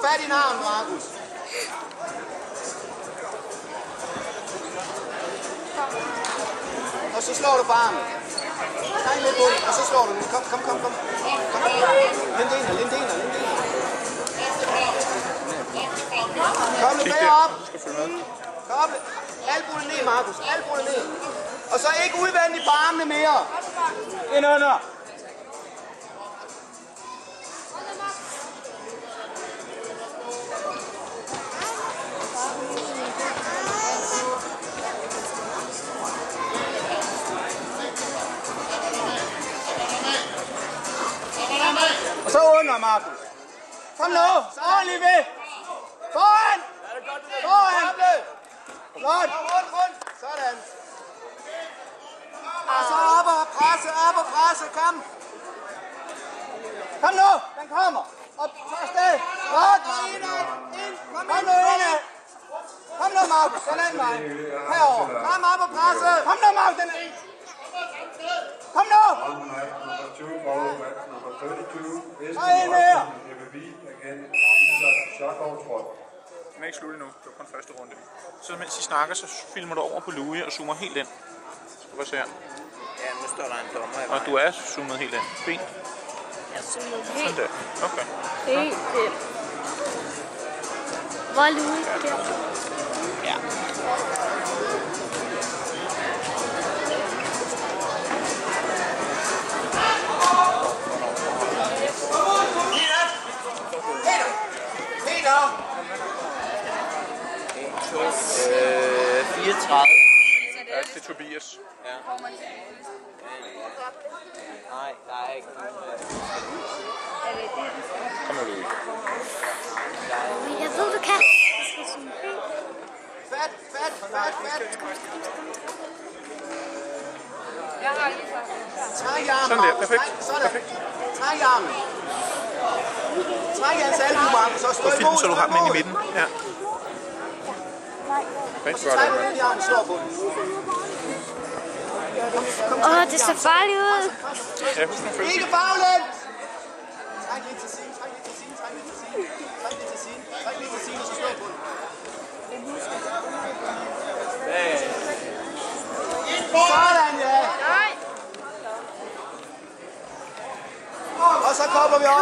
fat i navnet, Markus. Og så slår du på armen. Nej, lidt på den, og så slår du den. Kom. Lind ind. Kom nu bagop. Kom. Albuen ned, Markus. Albuen ned. Og så ikke udvendigt på armene mere. Ind under. Og så under, Markus. Kom nu. Så ordentligt ved. Foran. Flot. Sådan. Og så op og presse. Kom. Kom nu. Den kommer. Op. Så afsted. Flot. Kom nu ind. Kom nu, Markus. Den anden vej. Herover. Kom op og presse. Kom nu, Markus. Den er ind. Kom nu. Så ind mere. Den er ikke slut endnu. Det var kun første runde. Så mens I snakker, så filmer du over på Louis og zoomer helt ind. Skal vi se her. Ja, nu står der en dommer i Og du er zoomet helt ind. Fint. Jeg er zoomet helt. Sådan der. Okay. Helt ind. Hvor er Louis der? Ja. Peter! 34. Ja, det er Tobias. Ja. Nej, der er ikke nogen. Kom nu, Louis. Jeg ved, du kan. Fat. Jeg har lige sagt. Træk i armen, Sådan der, Markus. perfekt. Sådan. Træk i armen. Træk i hans albue, Markus. Så stå Og film, imod. så du har dem inde i midten. Ja. Og så træk den i armen, slå på den. Det ser farligt ud. Ja, husk nu følge. Ikke baglæns! Træk lige til siden, så slå på den. Sådan, ja. Nej. Og så kopper vi op.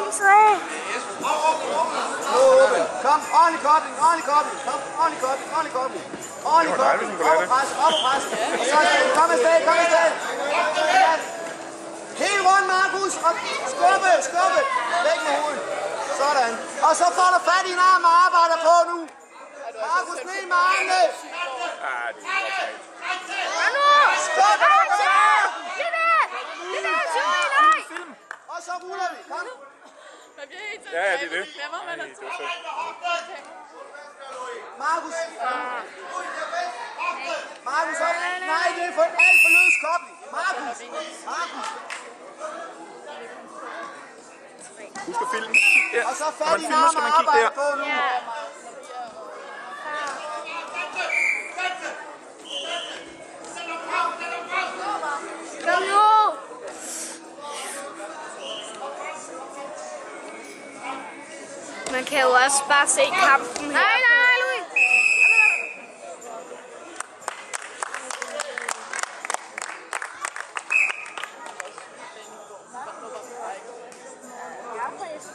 Kom, ordentlig kobling. Kom, ordentlig kobling. Op og pres. Og så kom afsted. Helt rundt, Markus. Og skubbe. Væk med hovedet. Sådan. Og så får du fat i en arm og arbejder på nu. Markus, ned med armene. Skubbe. Og så ruller vi. Kom. Ja, det er det. Markus, op. Nej, det er for alt for løs kobling. Markus. Husk at filme. Ja. Og så Når fat man i en filmer, arm skal og man kigge arbejde der. på nu. Kom nu. Man kan jo også bare se kampen her. Nej, Louis.